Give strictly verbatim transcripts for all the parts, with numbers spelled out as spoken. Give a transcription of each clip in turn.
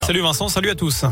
Salut Vincent, salut à tous.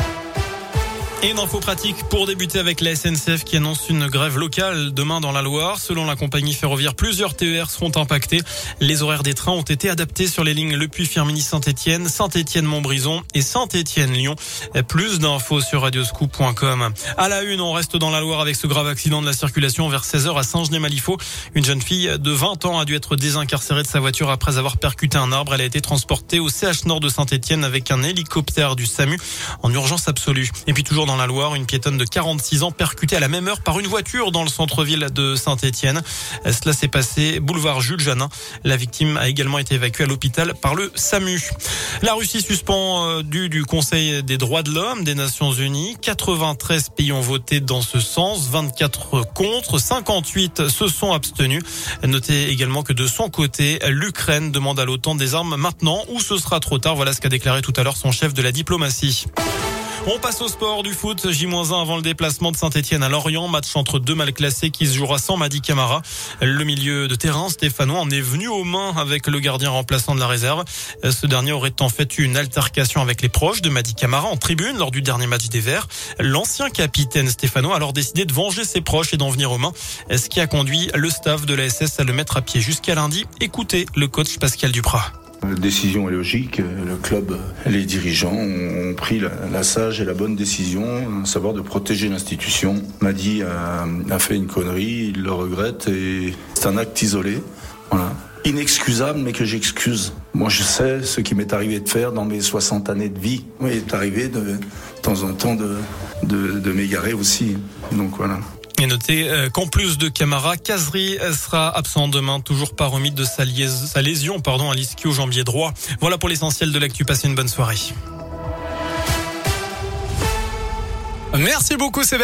Et une info pratique pour débuter avec la S N C F qui annonce une grève locale demain dans la Loire. Selon la compagnie ferroviaire, plusieurs T E R seront impactés. Les horaires des trains ont été adaptés sur les lignes Le Puy-Firminy-Saint-Étienne, Saint-Étienne-Montbrison et Saint-Étienne-Lyon. Plus d'infos sur radioscoop point com. À la une, on reste dans la Loire avec ce grave accident de la circulation vers seize heures à Saint-Genis-Malifaux. Une jeune fille de vingt ans a dû être désincarcérée de sa voiture après avoir percuté un arbre. Elle a été transportée au C H Nord de Saint-Étienne avec un hélicoptère du SAMU en urgence absolue. Et puis toujours dans la Loire, une piétonne de quarante-six ans percutée à la même heure par une voiture dans le centre-ville de Saint-Étienne. Cela s'est passé boulevard Jules Janin. La victime a également été évacuée à l'hôpital par le SAMU. La Russie suspend euh, du, du Conseil des droits de l'homme des Nations Unies. quatre-vingt-treize pays ont voté dans ce sens, vingt-quatre contre, cinquante-huit se sont abstenus. Notez également que de son côté, l'Ukraine demande à l'OTAN des armes maintenant ou ce sera trop tard. Voilà ce qu'a déclaré tout à l'heure son chef de la diplomatie. On passe au sport du foot. J un avant le déplacement de Saint-Étienne à Lorient. Match entre deux mal classés qui se jouera sans Mady Camara. Le milieu de terrain stéphanois en est venu aux mains avec le gardien remplaçant de la réserve. Ce dernier aurait en fait eu une altercation avec les proches de Mady Camara en tribune lors du dernier match des Verts. L'ancien capitaine stéphanois a alors décidé de venger ses proches et d'en venir aux mains. Ce qui a conduit le staff de la S S à le mettre à pied jusqu'à lundi. Écoutez le coach Pascal Duprat. La décision est logique. Le club, les dirigeants ont pris la, la sage et la bonne décision, à savoir de protéger l'institution. Mady a, a fait une connerie, il le regrette et c'est un acte isolé. Voilà. Inexcusable, mais que j'excuse. Moi, je sais ce qui m'est arrivé de faire dans mes soixante années de vie. Oui, il est arrivé de, de temps en temps de, de, de m'égarer aussi. Donc voilà. Et notez euh, qu'en plus de Camara, Kazri sera absent demain, toujours pas remis de sa, liais- sa lésion pardon, à l'ischio-jambier droit. Voilà pour l'essentiel de l'actu. Passez une bonne soirée. Merci beaucoup, Sévère.